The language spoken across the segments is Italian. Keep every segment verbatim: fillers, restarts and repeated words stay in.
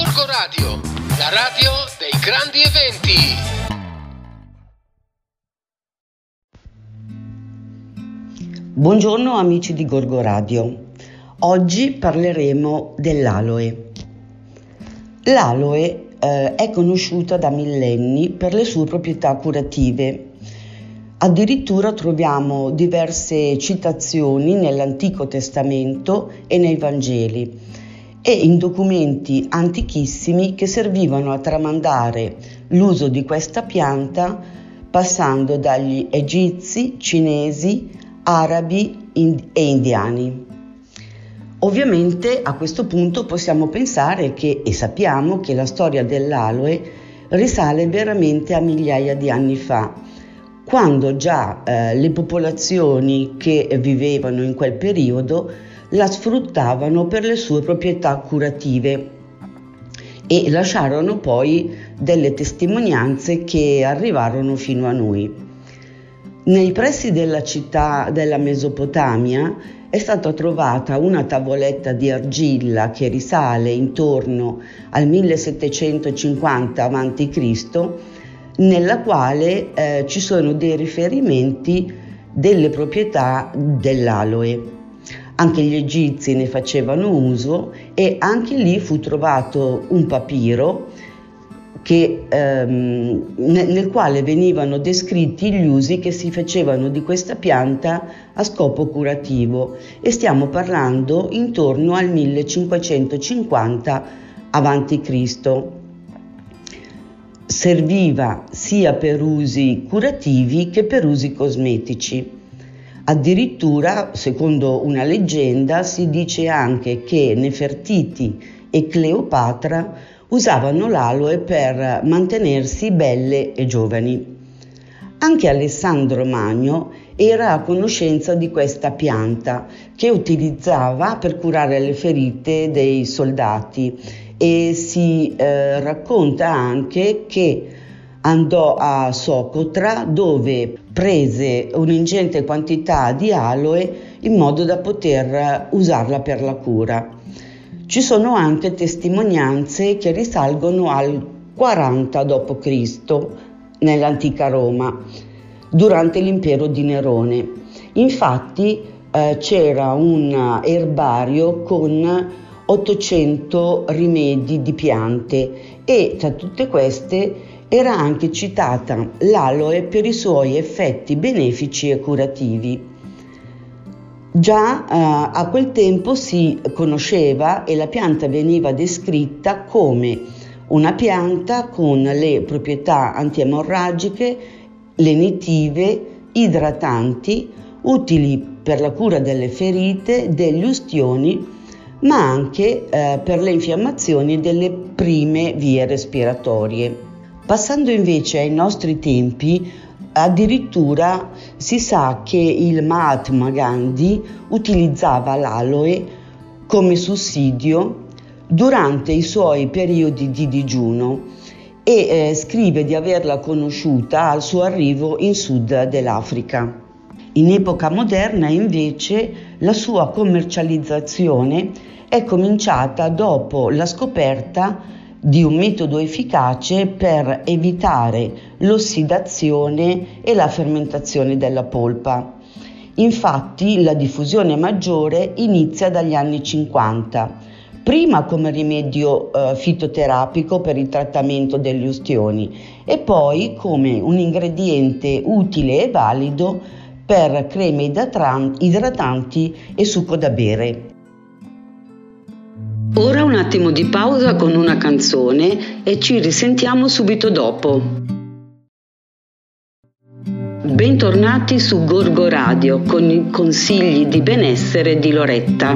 Gorgo Radio, la radio dei grandi eventi. Buongiorno amici di Gorgo Radio. Oggi parleremo dell'aloe. L'aloe eh, è conosciuta da millenni per le sue proprietà curative. Addirittura troviamo diverse citazioni nell'Antico Testamento e nei Vangeli e in documenti antichissimi che servivano a tramandare l'uso di questa pianta passando dagli egizi, cinesi, arabi e indiani. Ovviamente a questo punto possiamo pensare che, e sappiamo che la storia dell'aloe risale veramente a migliaia di anni fa, quando già eh, le popolazioni che vivevano in quel periodo la sfruttavano per le sue proprietà curative e lasciarono poi delle testimonianze che arrivarono fino a noi. Nei pressi della città della Mesopotamia è stata trovata una tavoletta di argilla che risale intorno al millesettecentocinquanta avanti Cristo, nella quale eh, ci sono dei riferimenti delle proprietà dell'aloe. Anche gli egizi ne facevano uso e anche lì fu trovato un papiro che, ehm, nel quale venivano descritti gli usi che si facevano di questa pianta a scopo curativo, e stiamo parlando intorno al millecinquecentocinquanta avanti Cristo. Serviva sia per usi curativi che per usi cosmetici. Addirittura, secondo una leggenda, si dice anche che Nefertiti e Cleopatra usavano l'aloe per mantenersi belle e giovani. Anche Alessandro Magno era a conoscenza di questa pianta che utilizzava per curare le ferite dei soldati, e si eh, racconta anche che andò a Socotra, dove prese un'ingente quantità di aloe in modo da poter usarla per la cura. Ci sono anche testimonianze che risalgono al quaranta dopo Cristo nell'antica Roma, durante l'impero di Nerone. Infatti eh, c'era un erbario con ottocento rimedi di piante e tra tutte queste era anche citata l'aloe per i suoi effetti benefici e curativi. Già eh, a quel tempo si conosceva e la pianta veniva descritta come una pianta con le proprietà antiemorragiche, lenitive, idratanti, utili per la cura delle ferite, degli ustioni, ma anche eh, per le infiammazioni delle prime vie respiratorie. Passando invece ai nostri tempi, addirittura si sa che il Mahatma Gandhi utilizzava l'aloe come sussidio durante i suoi periodi di digiuno e eh, scrive di averla conosciuta al suo arrivo in Sud dell'Africa. In epoca moderna, invece, la sua commercializzazione è cominciata dopo la scoperta di un metodo efficace per evitare l'ossidazione e la fermentazione della polpa. Infatti, la diffusione maggiore inizia dagli anni cinquanta, prima come rimedio eh, fitoterapico per il trattamento degli ustioni e poi come un ingrediente utile e valido per creme idratanti e succo da bere. Ora un attimo di pausa con una canzone e ci risentiamo subito dopo. Bentornati su Gorgo Radio con i consigli di benessere di Loretta.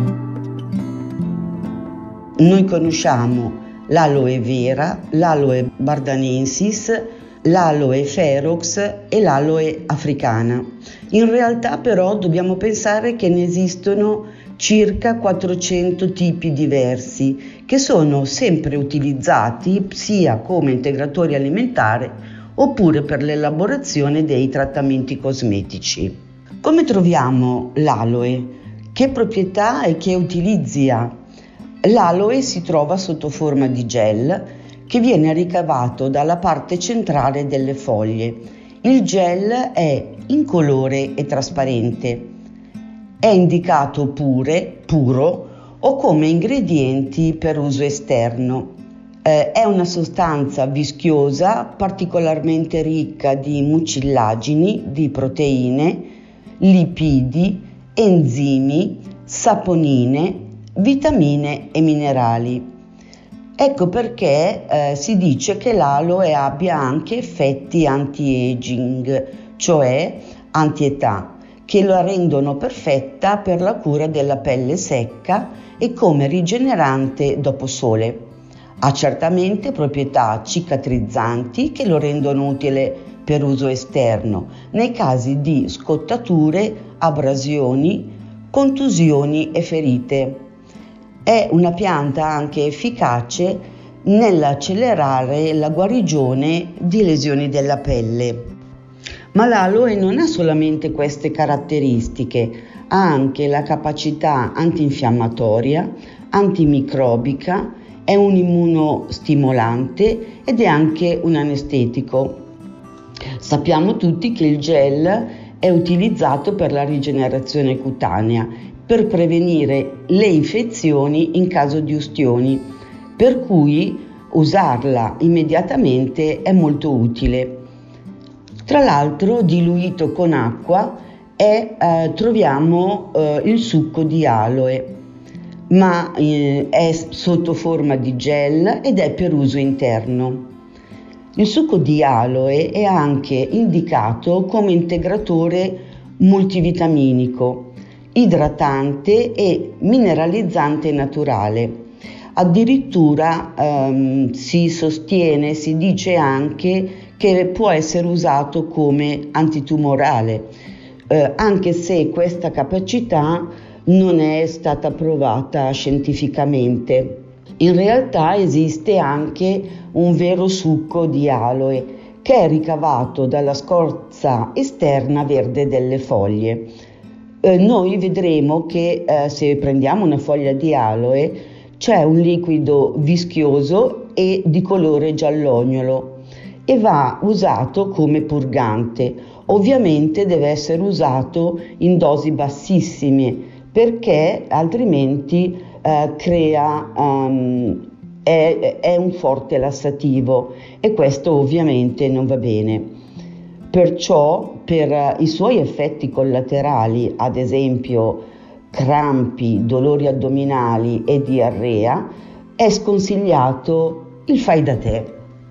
Noi conosciamo l'aloe vera, l'aloe bardanensis, l'aloe ferox e l'aloe africana. In realtà però dobbiamo pensare che ne esistono circa quattrocento tipi diversi che sono sempre utilizzati sia come integratori alimentari oppure per l'elaborazione dei trattamenti cosmetici. Come troviamo l'aloe? Che proprietà e che utilizzi ha? L'aloe si trova sotto forma di gel che viene ricavato dalla parte centrale delle foglie. Il gel è incolore e trasparente. È indicato pure, puro o come ingredienti per uso esterno. Eh, è una sostanza vischiosa particolarmente ricca di mucillagini, di proteine, lipidi, enzimi, saponine, vitamine e minerali. Ecco perché eh, si dice che l'aloe abbia anche effetti anti-aging, cioè anti-età, che la rendono perfetta per la cura della pelle secca e come rigenerante dopo sole. Ha certamente proprietà cicatrizzanti che lo rendono utile per uso esterno nei casi di scottature, abrasioni, contusioni e ferite. È una pianta anche efficace nell'accelerare la guarigione di lesioni della pelle. Ma l'aloe non ha solamente queste caratteristiche, ha anche la capacità antinfiammatoria, antimicrobica, è un immunostimolante ed è anche un anestetico. Sappiamo tutti che il gel è utilizzato per la rigenerazione cutanea, per prevenire le infezioni in caso di ustioni, per cui usarla immediatamente è molto utile. Tra l'altro, diluito con acqua è, eh, troviamo eh, il succo di aloe, ma eh, è sotto forma di gel ed è per uso interno. Il succo di aloe è anche indicato come integratore multivitaminico, idratante e mineralizzante naturale. Addirittura ehm, si sostiene, si dice anche che può essere usato come antitumorale, eh, anche se questa capacità non è stata provata scientificamente. In realtà esiste anche un vero succo di aloe che è ricavato dalla scorza esterna verde delle foglie. Eh, noi vedremo che eh, se prendiamo una foglia di aloe c'è un liquido vischioso e di colore giallognolo e va usato come purgante. Ovviamente deve essere usato in dosi bassissime perché altrimenti eh, crea, um, è, è un forte lassativo e questo ovviamente non va bene. Perciò per i suoi effetti collaterali, ad esempio crampi, dolori addominali e diarrea, è sconsigliato il fai da te.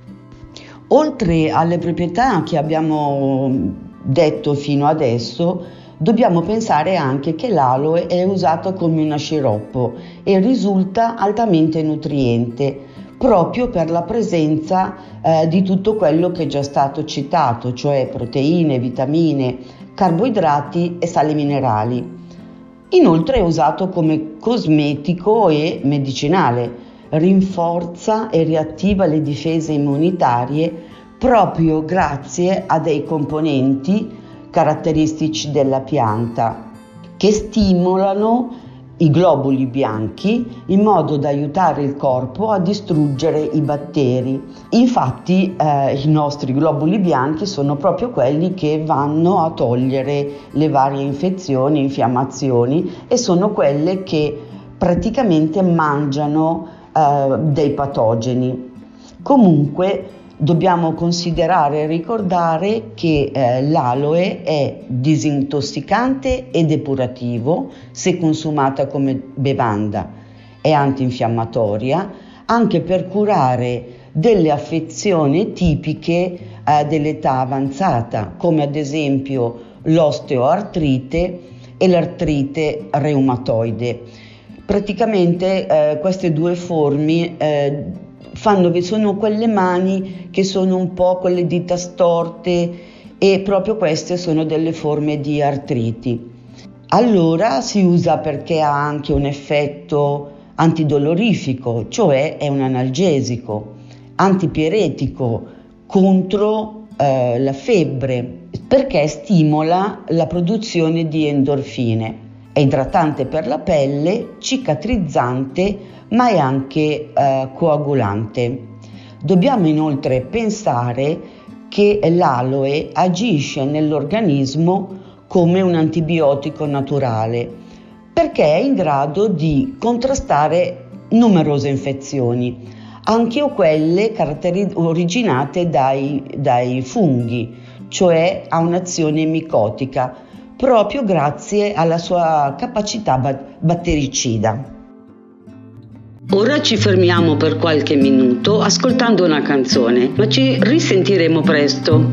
Oltre alle proprietà che abbiamo detto fino adesso, dobbiamo pensare anche che l'aloe è usato come uno sciroppo e risulta altamente nutriente, proprio per la presenza eh, di tutto quello che è già stato citato, cioè proteine, vitamine, carboidrati e sali minerali. Inoltre è usato come cosmetico e medicinale, rinforza e riattiva le difese immunitarie proprio grazie a dei componenti caratteristici della pianta che stimolano i globuli bianchi in modo da aiutare il corpo a distruggere i batteri. Infatti eh, i nostri globuli bianchi sono proprio quelli che vanno a togliere le varie infezioni, infiammazioni e sono quelle che praticamente mangiano eh, dei patogeni. Comunque dobbiamo considerare e ricordare che eh, l'aloe è disintossicante e depurativo se consumata come bevanda, è antinfiammatoria anche per curare delle affezioni tipiche eh, dell'età avanzata, come ad esempio l'osteoartrite e l'artrite reumatoide. Praticamente eh, queste due forme eh, fanno, sono quelle mani che sono un po' con le dita storte e proprio queste sono delle forme di artriti. Allora si usa perché ha anche un effetto antidolorifico, cioè è un analgesico, antipiretico contro eh, la febbre, perché stimola la produzione di endorfine È idratante per la pelle, cicatrizzante, ma è anche eh, coagulante. Dobbiamo inoltre pensare che l'aloe agisce nell'organismo come un antibiotico naturale, perché è in grado di contrastare numerose infezioni, anche quelle caratterizzate originate dai, dai funghi, cioè ha un'azione micotica, proprio grazie alla sua capacità battericida. Ora ci fermiamo per qualche minuto ascoltando una canzone, ma ci risentiremo presto.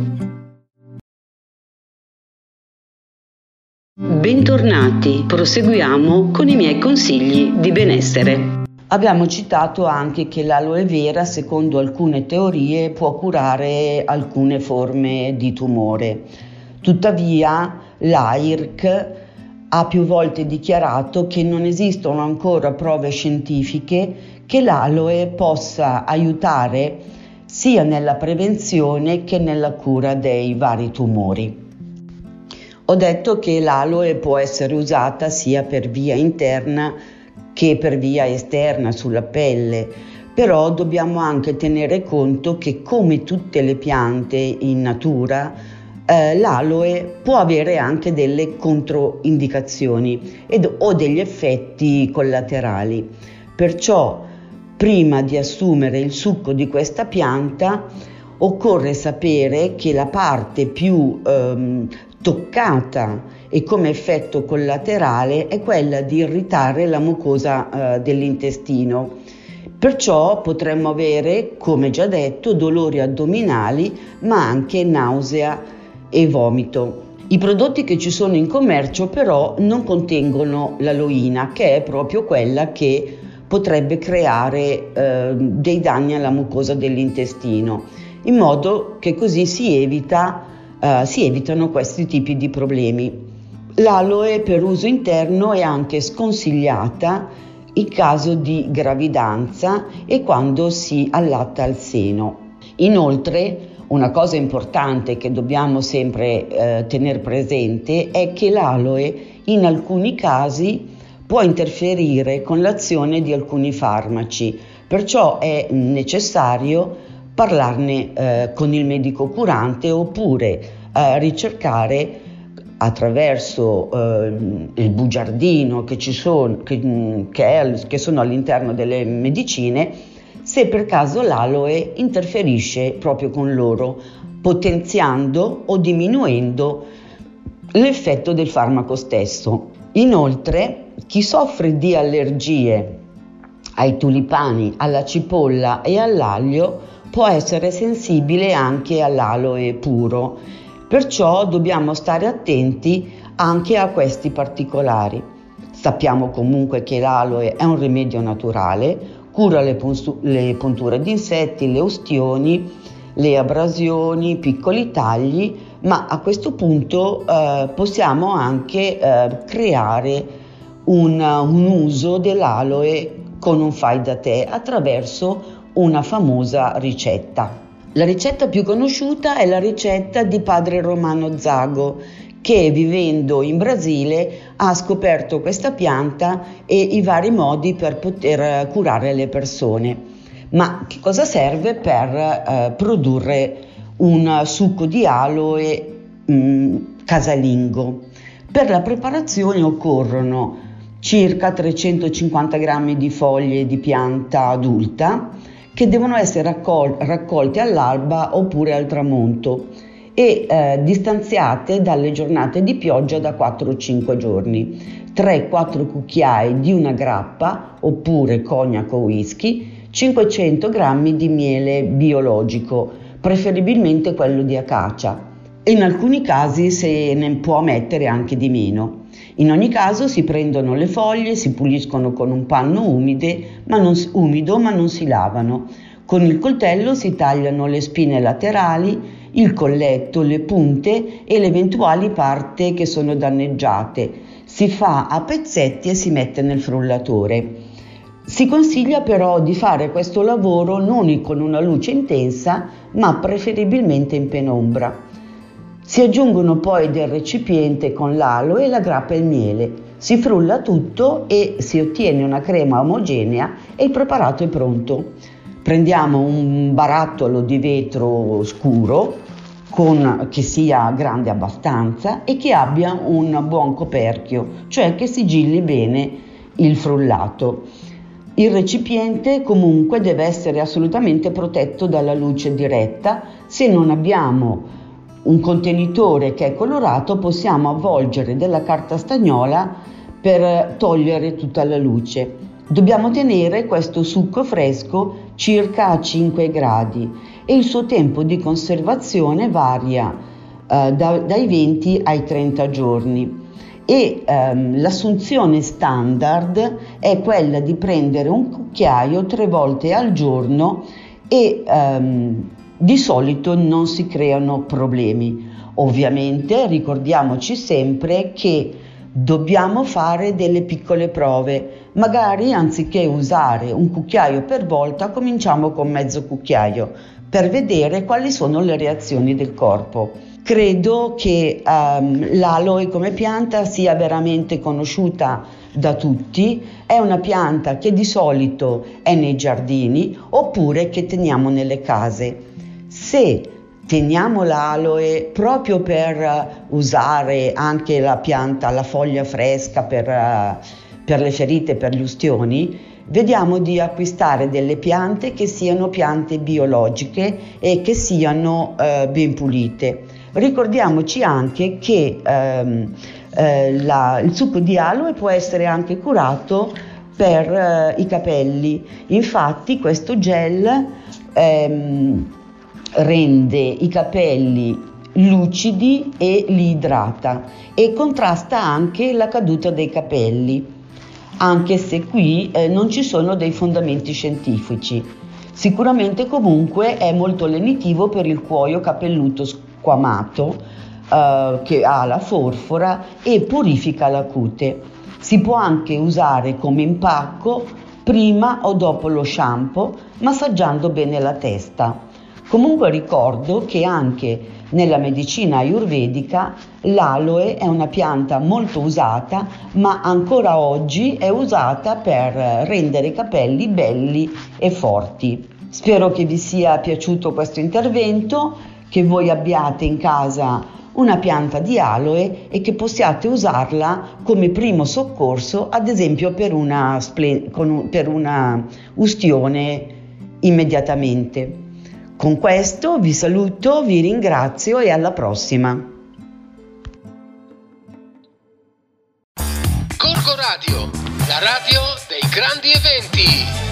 Bentornati, proseguiamo con i miei consigli di benessere. Abbiamo citato anche che l'aloe vera, secondo alcune teorie, può curare alcune forme di tumore. Tuttavia, l'A I R C ha più volte dichiarato che non esistono ancora prove scientifiche che l'aloe possa aiutare sia nella prevenzione che nella cura dei vari tumori. Ho detto che l'aloe può essere usata sia per via interna che per via esterna sulla pelle, però dobbiamo anche tenere conto che, come tutte le piante in natura, Eh, l'aloe può avere anche delle controindicazioni ed, o degli effetti collaterali. Perciò, prima di assumere il succo di questa pianta, occorre sapere che la parte più ehm, toccata e come effetto collaterale è quella di irritare la mucosa eh, dell'intestino. Perciò potremmo avere, come già detto, dolori addominali, ma anche nausea e vomito. I prodotti che ci sono in commercio però non contengono l'aloina, che è proprio quella che potrebbe creare eh, dei danni alla mucosa dell'intestino, in modo che così si evita, eh, si evitano questi tipi di problemi. L'aloe per uso interno è anche sconsigliata in caso di gravidanza e quando si allatta al seno. Inoltre, una cosa importante che dobbiamo sempre eh, tenere presente è che l'aloe in alcuni casi può interferire con l'azione di alcuni farmaci, perciò è necessario parlarne eh, con il medico curante oppure eh, ricercare attraverso eh, il bugiardino che, ci sono, che, che, è, che sono all'interno delle medicine, se per caso l'aloe interferisce proprio con loro, potenziando o diminuendo l'effetto del farmaco stesso. Inoltre, chi soffre di allergie ai tulipani, alla cipolla e all'aglio può essere sensibile anche all'aloe puro, perciò dobbiamo stare attenti anche a questi particolari. Sappiamo comunque che l'aloe è un rimedio naturale, cura le, puntu- le punture di insetti, le ustioni, le abrasioni, piccoli tagli, ma a questo punto eh, possiamo anche eh, creare un, un uso dell'aloe con un fai da te attraverso una famosa ricetta. La ricetta più conosciuta è la ricetta di padre Romano Zago, che vivendo in Brasile ha scoperto questa pianta e i vari modi per poter curare le persone. Ma che cosa serve per eh, produrre un succo di aloe mh, casalingo? Per la preparazione occorrono circa trecentocinquanta grammi di foglie di pianta adulta che devono essere raccol- raccolte all'alba oppure al tramonto e eh, distanziate dalle giornate di pioggia da quattro cinque giorni, tre quattro cucchiai di una grappa oppure cognac o whisky, cinquecento grammi di miele biologico, preferibilmente quello di acacia. In alcuni casi se ne può mettere anche di meno. In ogni caso si prendono le foglie, si puliscono con un panno umide, ma non, umido ma non si lavano. Con il coltello si tagliano le spine laterali, il colletto, le punte e le eventuali parti che sono danneggiate. Si fa a pezzetti e si mette nel frullatore. Si consiglia però di fare questo lavoro non con una luce intensa, ma preferibilmente in penombra. Si aggiungono poi del recipiente con l'aloe e la grappa e il miele. Si frulla tutto e si ottiene una crema omogenea e il preparato è pronto. Prendiamo un barattolo di vetro scuro con, che sia grande abbastanza e che abbia un buon coperchio, cioè che sigilli bene il frullato. Il recipiente comunque deve essere assolutamente protetto dalla luce diretta. Se non abbiamo un contenitore che è colorato, possiamo avvolgere della carta stagnola per togliere tutta la luce. Dobbiamo tenere questo succo fresco circa a cinque gradi e il suo tempo di conservazione varia eh, da, dai venti ai trenta giorni. E ehm, l'assunzione standard è quella di prendere un cucchiaio tre volte al giorno e ehm, di solito non si creano problemi. Ovviamente ricordiamoci sempre che dobbiamo fare delle piccole prove, magari anziché usare un cucchiaio per volta cominciamo con mezzo cucchiaio per vedere quali sono le reazioni del corpo. Credo che um, l'aloe come pianta sia veramente conosciuta da tutti, è una pianta che di solito è nei giardini oppure che teniamo nelle case. Se teniamo l'aloe proprio per usare anche la pianta, la foglia fresca per, uh, per le ferite, per gli ustioni, vediamo di acquistare delle piante che siano piante biologiche e che siano uh, ben pulite. Ricordiamoci anche che ehm, eh, la, il succo di aloe può essere anche curato per eh, i capelli. Infatti questo gel ehm, rende i capelli lucidi e li idrata e contrasta anche la caduta dei capelli, anche se qui eh, non ci sono dei fondamenti scientifici. Sicuramente comunque è molto lenitivo per il cuoio capelluto squamato eh, che ha la forfora e purifica la cute. Si può anche usare come impacco prima o dopo lo shampoo, massaggiando bene la testa. Comunque ricordo che anche nella medicina ayurvedica l'aloe è una pianta molto usata, ma ancora oggi è usata per rendere i capelli belli e forti. Spero che vi sia piaciuto questo intervento, che voi abbiate in casa una pianta di aloe e che possiate usarla come primo soccorso, ad esempio per una, splen- con un, per una ustione immediatamente. Con questo vi saluto, vi ringrazio e alla prossima. Gorgo Radio, la radio dei grandi eventi.